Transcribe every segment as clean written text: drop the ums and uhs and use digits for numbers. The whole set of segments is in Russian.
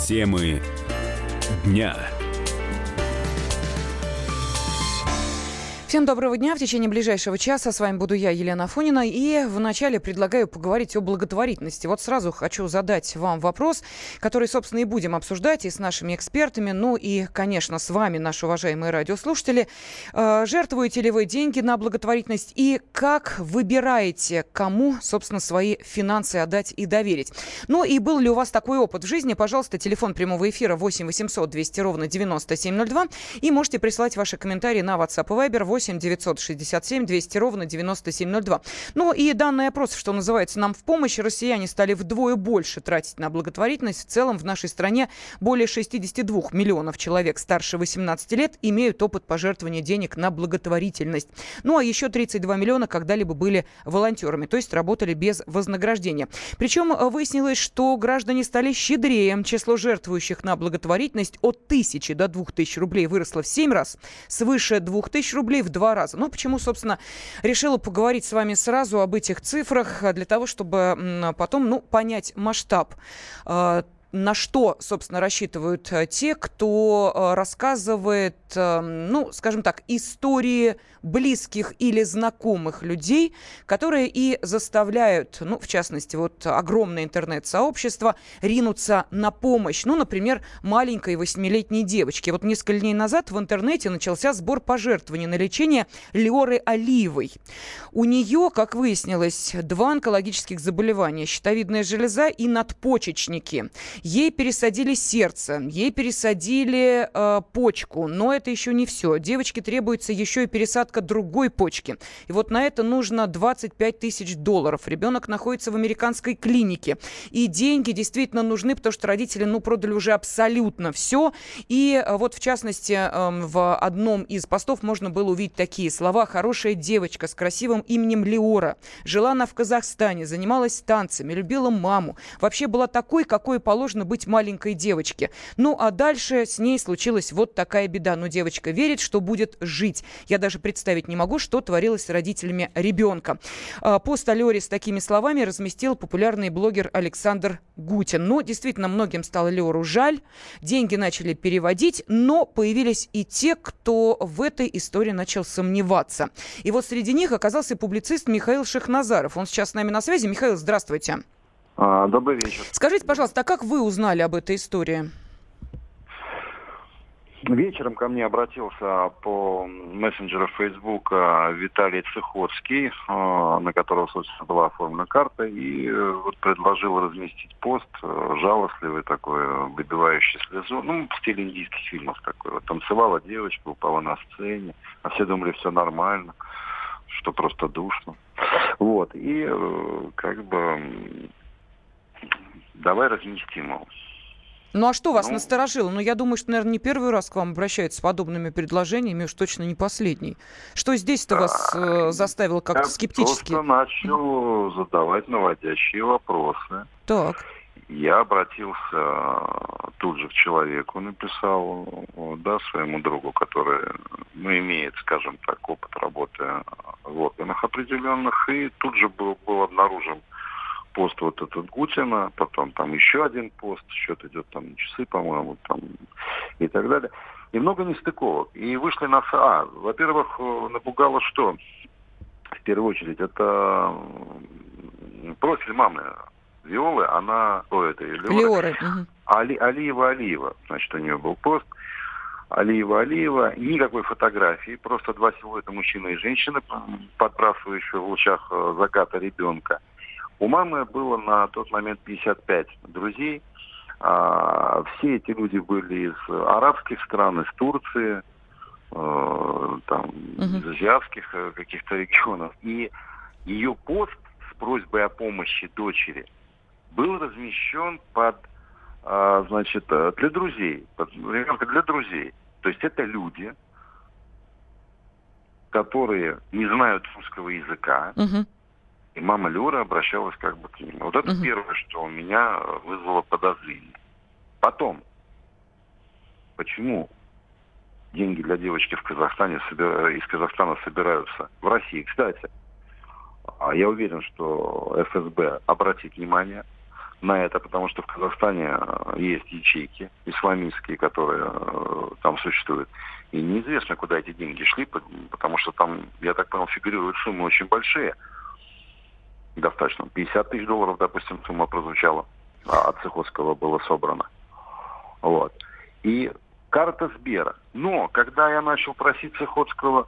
Темы дня. Всем доброго дня. В течение ближайшего часа с вами буду я, Елена Афонина. И вначале предлагаю поговорить о благотворительности. Вот сразу хочу задать вам вопрос, который, собственно, и будем обсуждать и с нашими экспертами, ну и, конечно, с вами, наши уважаемые радиослушатели. Жертвуете ли вы деньги на благотворительность и как выбираете, кому, собственно, свои финансы отдать и доверить? Ну и был ли у вас такой опыт в жизни? Пожалуйста, телефон прямого эфира 8 800 200 ровно 9702. И можете присылать ваши комментарии на WhatsApp и Viber 8 967 200 ровно 9702. Ну и данный опрос, что называется, нам в помощь. Россияне стали вдвое больше тратить на благотворительность. В целом в нашей стране более 62 миллионов человек старше 18 лет имеют опыт пожертвования денег на благотворительность. Ну а еще 32 миллиона когда-либо были волонтерами, то есть работали без вознаграждения. Причем выяснилось, что граждане стали щедрее. Число жертвующих на благотворительность от 1000 до 2000 рублей выросло в 7 раз, свыше 2000 рублей в 2 раза. Ну, почему, собственно, решила поговорить с вами сразу об этих цифрах, для того, чтобы потом, понять масштаб, на что, собственно, рассчитывают те, кто рассказывает, скажем так, истории близких или знакомых людей, которые и заставляют, в частности, вот огромное интернет-сообщество ринуться на помощь, например, маленькой 8-летней девочке. Вот несколько дней назад в интернете начался сбор пожертвований на лечение Леоры Алиевой. У нее, как выяснилось, 2 онкологических заболевания: щитовидная железа и надпочечники. Ей пересадили сердце, ей пересадили почку, но это еще не все. Девочке требуется еще и пересадка другой почки. И вот на это нужно $25 тысяч. Ребенок находится в американской клинике. И деньги действительно нужны, потому что родители, продали уже абсолютно все. И вот, в частности, в одном из постов можно было увидеть такие слова: «Хорошая девочка с красивым именем Леора. Жила она в Казахстане, занималась танцами, любила маму. Вообще была такой, какой положено быть маленькой девочке». Ну, а дальше с ней случилась вот такая беда. Но девочка верит, что будет жить. Я даже представить не могу, что творилось с родителями ребенка. Пост о Леоре с такими словами разместил популярный блогер Александр Гутин. Ну, действительно, многим стало Леору жаль. Деньги начали переводить, но появились и те, кто в этой истории начал сомневаться. И вот среди них оказался публицист Михаил Шахназаров. Он сейчас с нами на связи. Михаил, здравствуйте. Добрый вечер. Скажите, пожалуйста, а как вы узнали об этой истории? Вечером ко мне обратился по мессенджеру Фейсбука Виталий Цехоцкий, на которого, собственно, была оформлена карта, и вот предложил разместить пост, жалостливый такой, выбивающий слезу, в стиле индийских фильмов такой. Вот танцевала девочка, упала на сцене, а все думали, все нормально, что просто душно. Вот, и давай разместим его. Ну а что вас насторожило? Я думаю, что, наверное, не первый раз к вам обращаются с подобными предложениями, уж точно не последний. Что здесь-то вас заставило как-то скептически? Я просто начал задавать наводящие вопросы. Так. Я обратился тут же к человеку, написал, своему другу, который, имеет, скажем так, опыт работы в органах определенных, и тут же был обнаружен пост вот этот Гутина, потом там еще один пост, счет идет там часы, по-моему, там и так далее. И много нестыковок. И вышли на... во-первых, напугало что? В первую очередь, это профиль мамы Виолы, Леоры. Алиева. Значит, у нее был пост. Алиева. Никакой фотографии, просто 2 силуэта мужчины и женщины, подбрасывающие в лучах заката ребенка. У мамы было на тот момент 55 друзей. Все эти люди были из арабских стран, из Турции, из азиатских каких-то регионов. И ее пост с просьбой о помощи дочери был размещен для друзей. Для друзей. То есть это люди, которые не знают русского языка. И мама Леора обращалась к ним. Вот это первое, что у меня вызвало подозрение. Потом, почему деньги для девочки из Казахстана собираются в России? Кстати, я уверен, что ФСБ обратит внимание на это, потому что в Казахстане есть ячейки исламистские, которые там существуют. И неизвестно, куда эти деньги шли, потому что там, я так понял, фигурируют суммы очень большие. Достаточно. 50 тысяч долларов, допустим, сумма прозвучала. От Цихоцкого было собрано. Вот. И карта Сбера. Но когда я начал просить Цихоцкого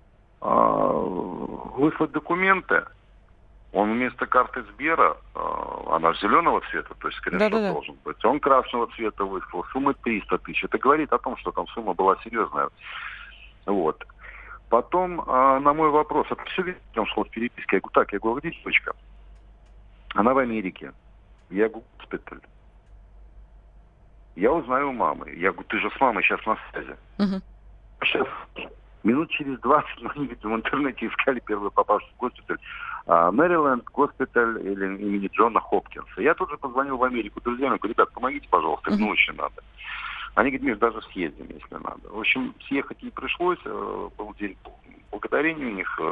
выслать документы, он вместо карты Сбера, она зеленого цвета, то есть скриншот должен быть, он красного цвета выслал, сумма 300 тысяч. Это говорит о том, что там сумма была серьезная. Вот. Потом на мой вопрос, это все видно, он шел в переписке, я говорю, где девочка? Она в Америке. Я говорю, госпиталь. Я узнаю у мамы. Я говорю, ты же с мамой сейчас на связи. Сейчас, минут через 20, мы видим в интернете, искали первый попавший в госпиталь. Мэриленд, госпиталь имени Джона Хопкинса. Я тут же позвонил в Америку друзьям, говорю, ребят, помогите, пожалуйста, мне очень надо. Они говорят, Миш, даже съездим, если надо. В общем, съехать не пришлось. Был день благодарения у них.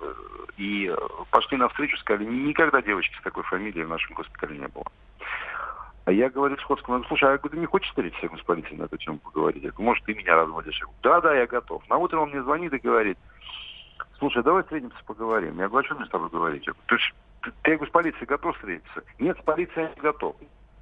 И пошли навстречу, сказали, никогда девочки с такой фамилией в нашем госпитале не было. А я говорю Цихоцкому, слушай, а ты не хочешь встретиться с полицией на эту тему поговорить? Я говорю, может, ты меня разводишь? Я говорю, да, я готов. На утро он мне звонит и говорит, слушай, давай встретимся, поговорим. Я говорю, а что мне с тобой говорить? Я говорю, ты я говорю, с полицией готов встретиться? Нет, с полицией я не готов.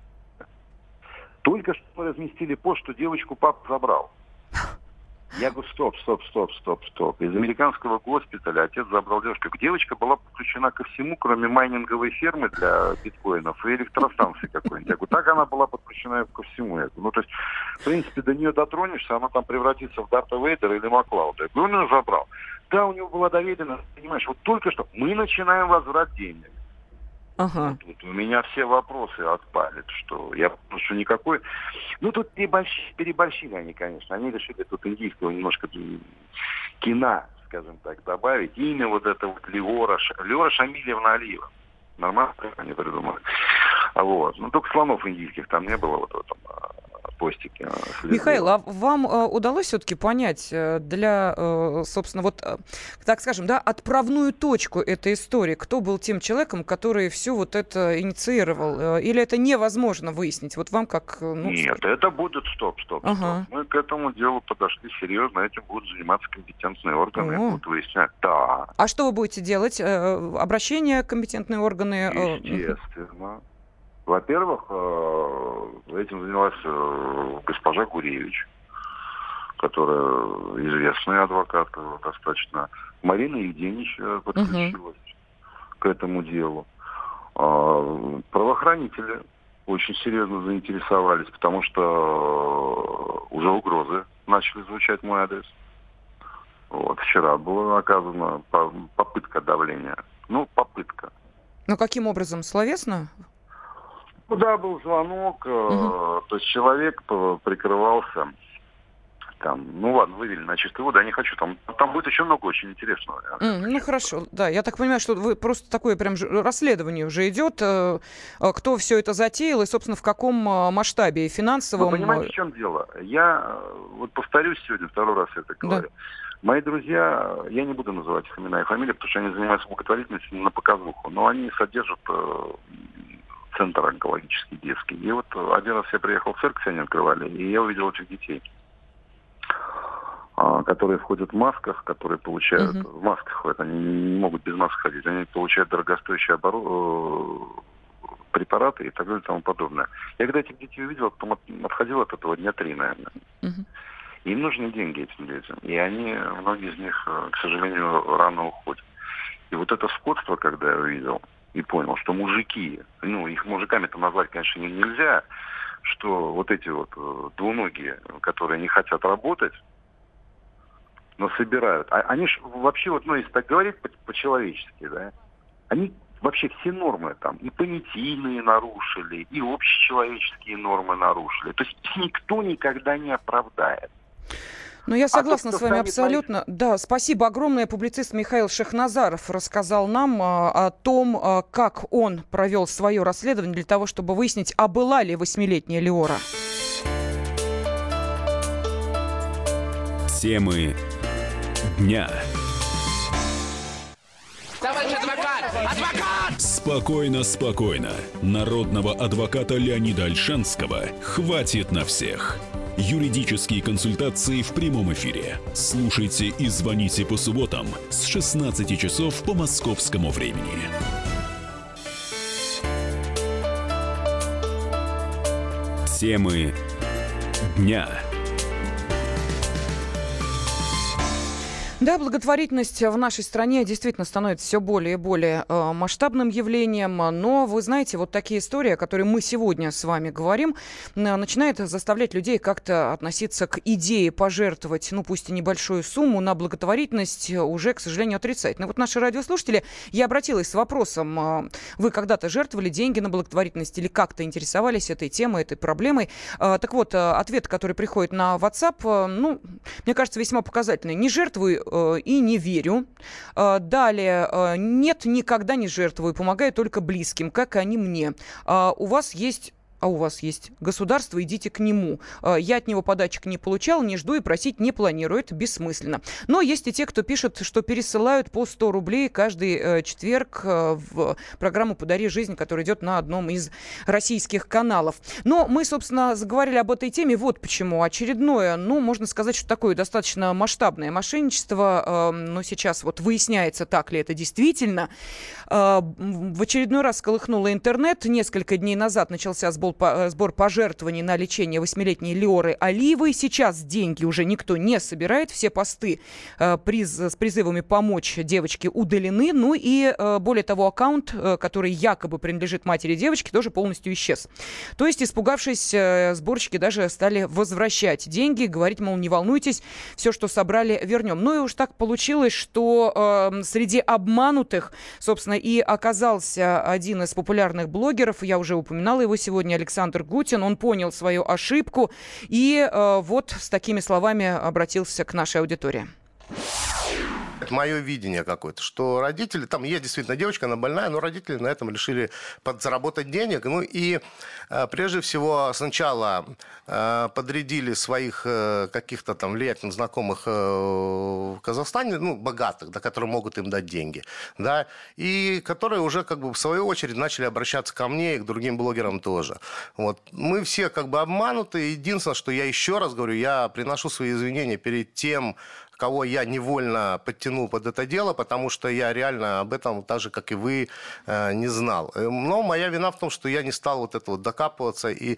Только что мы разместили пост, что девочку папа забрал. Я говорю, стоп. Из американского госпиталя отец забрал девушку. Девочка была подключена ко всему, кроме майнинговой фермы для биткоинов и электростанции какой-нибудь. Я говорю, так она была подключена ко всему. Я говорю, то есть, в принципе, до нее дотронешься, она там превратится в Дарта Вейдера или Маклауда. Я говорю, он ее забрал. Да, у него была доверенность, понимаешь, вот только что мы начинаем возврат денег. Ага. Тут у меня все вопросы отпали, что я что никакой... Ну, тут переборщили они, конечно. Они решили тут индийского немножко кино, скажем так, добавить. Имя вот это вот Леора Шамильевна Алиева. Нормально они придумали. Вот. Ну, только слонов индийских там не было вот в этом постике. Михаил, а вам удалось все-таки понять для, собственно, вот, так скажем, да, отправную точку этой истории? Кто был тем человеком, который все вот это инициировал? Или это невозможно выяснить? Вот вам как... Нет, это будет стоп. Ага. Мы к этому делу подошли серьезно. Этим будут заниматься компетентные органы. Будут выяснять. Да. А что вы будете делать? Обращение в компетентные органы? Естественно. Во-первых, этим занялась госпожа Гуревич, которая известный адвокат достаточно. Марина Евгеньевич подключилась к этому делу. Правоохранители очень серьезно заинтересовались, потому что уже угрозы начали звучать в мой адрес. Вот, вчера была оказана попытка давления. Попытка. Но каким образом? Словесно? Да, был звонок, то есть человек прикрывался там, вывели на чистую воду, я не хочу, там будет еще много очень интересного. Хорошо, да, я так понимаю, что вы просто такое прям расследование уже идет, кто все это затеял и, собственно, в каком масштабе и финансовом... Вы понимаете, в чем дело? Я повторюсь сегодня, второй раз это говорю. Да. Мои друзья, я не буду называть их имена и фамилии, потому что они занимаются благотворительностью на показуху, но они содержат центр онкологический детский. И вот один раз я приехал в церковь, они открывали, и я увидел этих детей, которые входят в масках, которые получают... В масках ходят, они не могут без масок ходить, они получают дорогостоящие препараты и так далее и тому подобное. Я когда этих детей увидел, потом отходил от этого дня 3, наверное. Им нужны деньги этим детям. И они, многие из них, к сожалению, рано уходят. И вот это скотство, когда я увидел и понял, что мужики, их мужиками-то назвать, конечно, нельзя, что вот эти вот двуногие, которые не хотят работать, но собирают. Они ж вообще, если так говорить по-человечески, да, они вообще все нормы там, и понятийные нарушили, и общечеловеческие нормы нарушили. То есть никто никогда не оправдает. Я согласна с вами абсолютно. Да, спасибо огромное. Публицист Михаил Шахназаров рассказал нам о том, как он провел свое расследование для того, чтобы выяснить, а была ли 8-летняя Леора. Темы дня. Товарищ адвокат, Спокойно, спокойно. Народного адвоката Леонида Ольшанского хватит на всех. Юридические консультации в прямом эфире. Слушайте и звоните по субботам с 16 часов по московскому времени. Темы дня. Да, благотворительность в нашей стране действительно становится все более и более масштабным явлением. Но, вы знаете, вот такие истории, о которых мы сегодня с вами говорим, начинают заставлять людей как-то относиться к идее пожертвовать, ну, пусть и небольшую сумму на благотворительность уже, к сожалению, отрицательно. Вот наши радиослушатели, я обратилась с вопросом, вы когда-то жертвовали деньги на благотворительность или как-то интересовались этой темой, этой проблемой? Так вот, ответ, который приходит на WhatsApp, ну, мне кажется, весьма показательный. Не жертвую и не верю. Далее. Нет, никогда не жертвую. Помогаю только близким, как и они мне. У вас есть государство, идите к нему. Я от него подачек не получал, не жду и просить не планирую. Это бессмысленно. Но есть и те, кто пишет, что пересылают по 100 рублей каждый четверг в программу «Подари жизнь», которая идет на одном из российских каналов. Но мы, собственно, заговорили об этой теме. Вот почему. Очередное, ну, можно сказать, что такое достаточно масштабное мошенничество. Но сейчас вот выясняется, так ли это действительно. В очередной раз сколыхнуло интернет. Несколько дней назад начался сбор пожертвований на лечение 8-летней Леоры Алиевой. Сейчас деньги уже никто не собирает. Все посты с призывами помочь девочке удалены. Ну и, более того, аккаунт, который якобы принадлежит матери девочки, тоже полностью исчез. То есть, испугавшись, сборщики даже стали возвращать деньги, говорить, мол, не волнуйтесь, все, что собрали, вернем. Ну и уж так получилось, что среди обманутых, собственно, и оказался один из популярных блогеров. Я уже упоминала его сегодня, Александр Гутин. Он понял свою ошибку и вот с такими словами обратился к нашей аудитории. Это мое видение какое-то, что родители, там есть действительно девочка, она больная, но родители на этом решили подзаработать денег. Ну и прежде всего сначала подрядили своих каких-то там влиятельных знакомых в Казахстане, ну, богатых, да, которые могут им дать деньги, да, и которые уже как бы в свою очередь начали обращаться ко мне и к другим блогерам тоже. Вот. Мы все как бы обмануты. Единственное, что я еще раз говорю, я приношу свои извинения перед тем, кого я невольно подтянул под это дело, потому что я реально об этом, так же, как и вы, не знал. Но моя вина в том, что я не стал вот это вот докапываться и,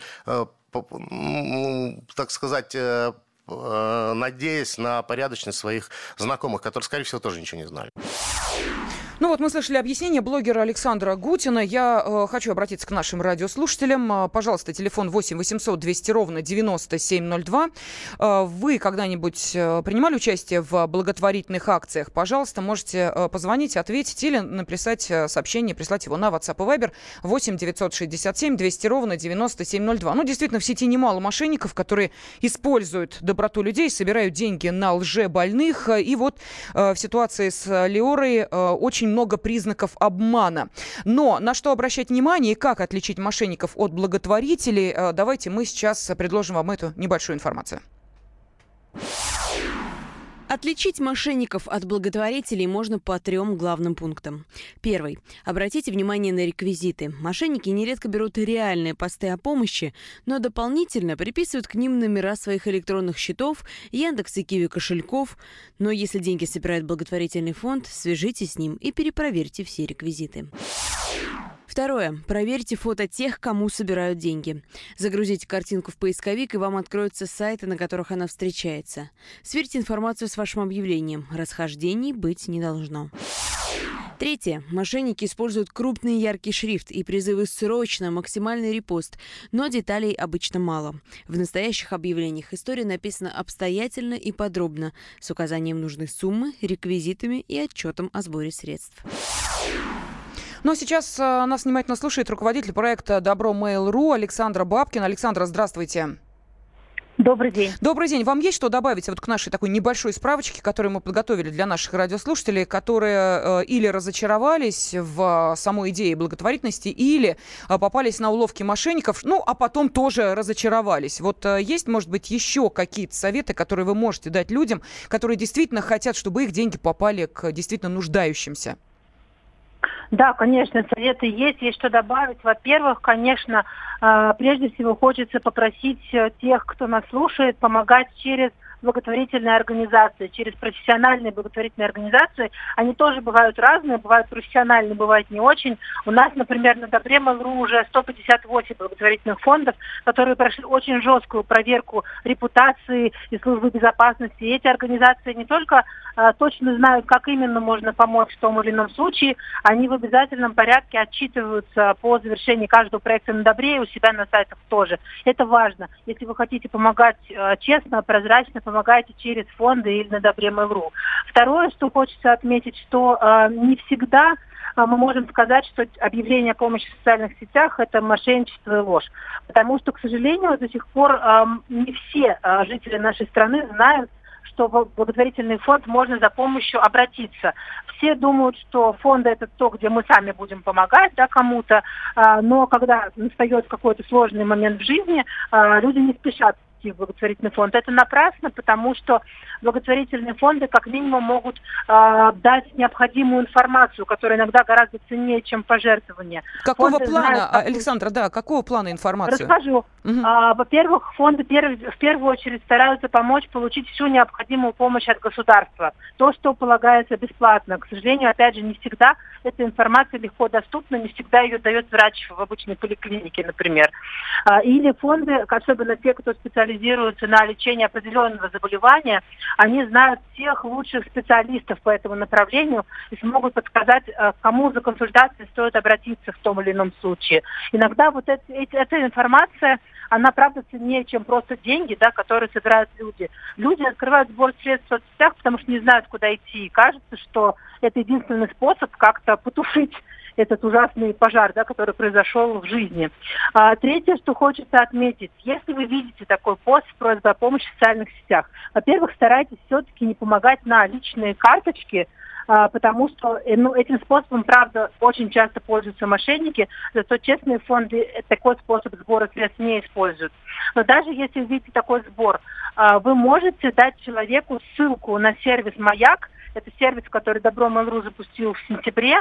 так сказать, надеясь на порядочность своих знакомых, которые, скорее всего, тоже ничего не знали. Ну вот мы слышали объяснение блогера Александра Гутина. Я хочу обратиться к нашим радиослушателям. Пожалуйста, телефон 8 800 200 ровно 9702. Вы когда-нибудь принимали участие в благотворительных акциях? Пожалуйста, можете позвонить, ответить или написать сообщение, прислать его на WhatsApp и Viber 8 967 200 ровно 9702. Ну, действительно, в сети немало мошенников, которые используют доброту людей, собирают деньги на лжебольных. И вот в ситуации с Леорой очень много признаков обмана. Но на что обращать внимание и как отличить мошенников от благотворителей, давайте мы сейчас предложим вам эту небольшую информацию. Отличить мошенников от благотворителей можно по 3 главным пунктам. Первый. Обратите внимание на реквизиты. Мошенники нередко берут реальные посты о помощи, но дополнительно приписывают к ним номера своих электронных счетов, Яндекс и Киви кошельков. Но если деньги собирает благотворительный фонд, свяжитесь с ним и перепроверьте все реквизиты. Второе. Проверьте фото тех, кому собирают деньги. Загрузите картинку в поисковик, и вам откроются сайты, на которых она встречается. Сверьте информацию с вашим объявлением. Расхождений быть не должно. Третье. Мошенники используют крупный яркий шрифт и призывы срочно, максимальный репост, но деталей обычно мало. В настоящих объявлениях история написана обстоятельно и подробно, с указанием нужной суммы, реквизитами и отчетом о сборе средств. Но сейчас нас внимательно слушает руководитель проекта Добро.Mail.ru Александра Бабкина. Александра, здравствуйте. Добрый день. Добрый день. Вам есть что добавить вот к нашей такой небольшой справочке, которую мы подготовили для наших радиослушателей, которые или разочаровались в самой идее благотворительности, или попались на уловки мошенников, ну, а потом тоже разочаровались. Вот есть, может быть, еще какие-то советы, которые вы можете дать людям, которые действительно хотят, чтобы их деньги попали к действительно нуждающимся? Да, конечно, советы есть что добавить. Во-первых, конечно, прежде всего хочется попросить тех, кто нас слушает, помогать через благотворительные организации, через профессиональные благотворительные организации. Они тоже бывают разные, бывают профессиональные, бывают не очень. У нас, например, на Добре Mail.ru уже 158 благотворительных фондов, которые прошли очень жесткую проверку репутации и службы безопасности. И эти организации не только точно знают, как именно можно помочь в том или ином случае, они в обязательном порядке отчитываются по завершении каждого проекта на Добре и у себя на сайтах тоже. Это важно. Если вы хотите помогать честно, прозрачно, помогайте через фонды или на Добре Mail.ru. Второе, что хочется отметить, что не всегда мы можем сказать, что объявление о помощи в социальных сетях – это мошенничество и ложь. Потому что, к сожалению, до сих пор не все жители нашей страны знают, что в благотворительный фонд можно за помощью обратиться. Все думают, что фонд – это то, где мы сами будем помогать, да, кому-то, но когда настает какой-то сложный момент в жизни, люди не спешат в благотворительный фонд. Это напрасно, потому что благотворительные фонды как минимум могут дать необходимую информацию, которая иногда гораздо ценнее, чем пожертвования. Какого Фонды плана, знают, Александра, да, какого плана информацию? Расскажу. Во-первых, фонды в первую очередь стараются помочь получить всю необходимую помощь от государства. То, что полагается бесплатно. К сожалению, опять же, не всегда эта информация легко доступна, не всегда ее дает врач в обычной поликлинике, например. Или фонды, особенно те, кто специализируется на лечении определенного заболевания, они знают всех лучших специалистов по этому направлению и смогут подсказать, кому за консультацией стоит обратиться в том или ином случае. Иногда вот эта информация, она правда ценнее, чем просто деньги, да, которые собирают люди. Люди открывают сбор средств в соцсетях, потому что не знают, куда идти. И кажется, что это единственный способ как-то потушить этот ужасный пожар, да, который произошел в жизни. Третье, что хочется отметить. Если вы видите такой пост с просьбой о помощи в социальных сетях, во-первых, старайтесь все-таки не помогать на личные карточки, потому что этим способом, правда, очень часто пользуются мошенники, зато честные фонды такой способ сбора средств не используют. Но даже если вы видите такой сбор, вы можете дать человеку ссылку на сервис «Маяк». Это сервис, который Добро Mail.ru запустил в сентябре.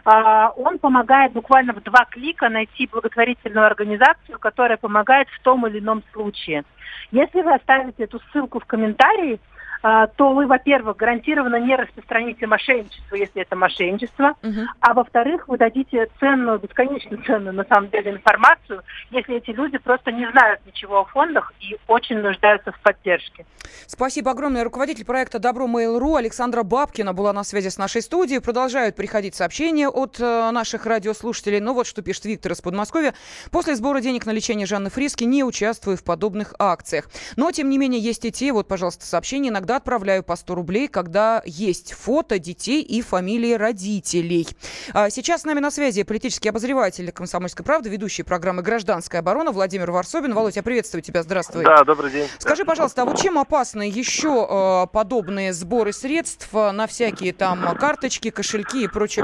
Он помогает буквально в 2 клика найти благотворительную организацию, которая помогает в том или ином случае. Если вы оставите эту ссылку в комментарии, то вы, во-первых, гарантированно не распространите мошенничество, если это мошенничество, а во-вторых, вы дадите ценную, бесконечно ценную, на самом деле, информацию, если эти люди просто не знают ничего о фондах и очень нуждаются в поддержке. Спасибо огромное. Руководитель проекта Добро Mail.ru Александра Бабкина была на связи с нашей студией. Продолжают приходить сообщения от наших радиослушателей. Но вот что пишет Виктор из Подмосковья. После сбора денег на лечение Жанны Фриске не участвую в подобных акциях. Но, тем не менее, есть и те, вот, пожалуйста, сообщения. Иногда отправляю по 100 рублей, когда есть фото детей и фамилии родителей. Сейчас с нами на связи политический обозреватель «Комсомольской правды», ведущий программы «Гражданская оборона» Владимир Варсобин. Володь, я приветствую тебя. Здравствуй. Да, добрый день. Скажи, пожалуйста, а вот чем опасны еще подобные сборы средств на всякие там карточки, кошельки и прочее?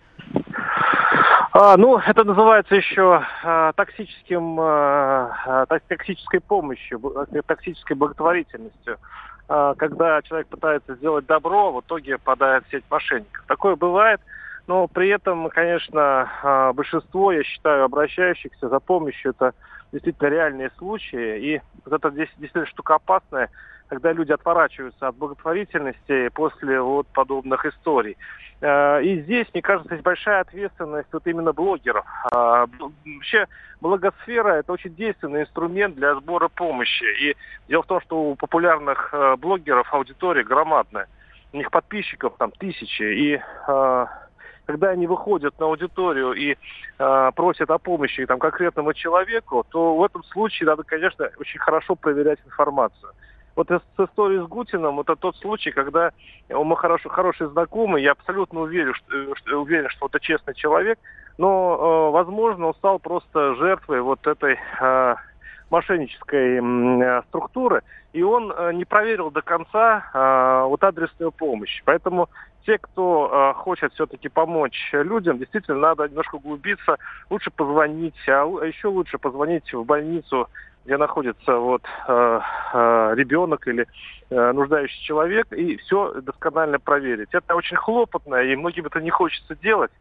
Это называется еще токсической помощью, токсической благотворительностью. Когда человек пытается сделать добро, в итоге попадает в сеть мошенников. Такое бывает, но при этом, конечно, большинство, я считаю, обращающихся за помощью, это действительно реальные случаи. И вот это здесь действительно штука опасная, когда люди отворачиваются от благотворительности после вот подобных историй. И здесь, мне кажется, есть большая ответственность вот именно блогеров. Вообще, благосфера – это очень действенный инструмент для сбора помощи. И дело в том, что у популярных блогеров аудитория громадная. У них подписчиков там тысячи. И когда они выходят на аудиторию и просят о помощи там, конкретному человеку, то в этом случае надо, конечно, очень хорошо проверять информацию. Вот с историей с Гутиным, это тот случай, когда мы хороший знакомый, я абсолютно уверен, что это честный человек, но, возможно, он стал просто жертвой вот этой мошеннической структуры, и он не проверил до конца вот адресную помощь. Поэтому те, кто хочет все-таки помочь людям, действительно надо немножко углубиться, лучше позвонить, а еще лучше позвонить в больницу, где находится ребенок или нуждающийся человек, и все досконально проверить. Это очень хлопотно, и многим это не хочется делать,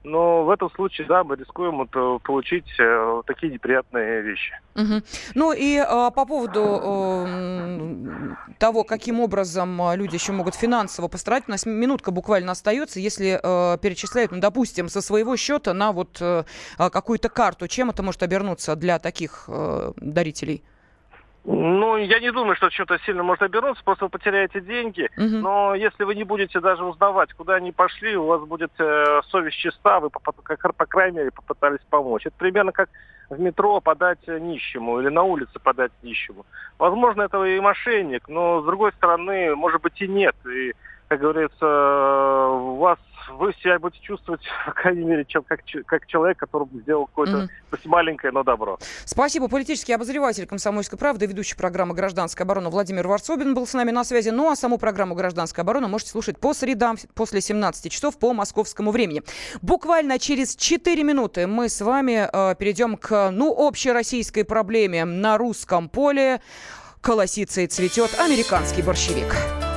но в этом случае, да, мы рискуем получить такие неприятные вещи. Угу. Ну и по поводу того, каким образом люди еще могут финансово пострадать, у нас минутка буквально остается, если перечисляют, ну, допустим, со своего счета на вот какую-то карту, чем это может обернуться для таких дарителей? Ну, я не думаю, что что-то сильно может обернуться, просто вы потеряете деньги. Но если вы не будете даже узнавать, куда они пошли, у вас будет совесть чиста, вы, по крайней мере, попытались помочь. Это примерно как в метро подать нищему или на улице подать нищему. Возможно, это и мошенник, но, с другой стороны, может быть, и нет. И, как говорится, вы себя будете чувствовать, по крайней мере, как человек, который сделал какое-то пусть маленькое, но добро. Спасибо. Политический обозреватель «Комсомольской правды», ведущий программы «Гражданская оборона» Владимир Варсобин был с нами на связи. Ну а саму программу «Гражданская оборона» можете слушать по средам после 17 часов по московскому времени. Буквально через 4 минуты мы с вами перейдем к общероссийской проблеме. На русском поле колосится и цветет американский борщевик.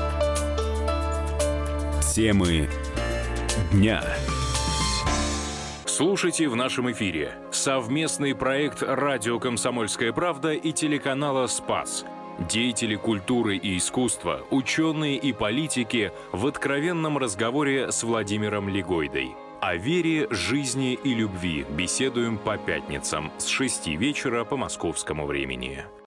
Темы дня. Слушайте в нашем эфире совместный проект «Радио Комсомольская правда» и телеканала «Спас». Деятели культуры и искусства, ученые и политики в откровенном разговоре с Владимиром Легойдой. О вере, жизни и любви беседуем по пятницам с 6 вечера по московскому времени.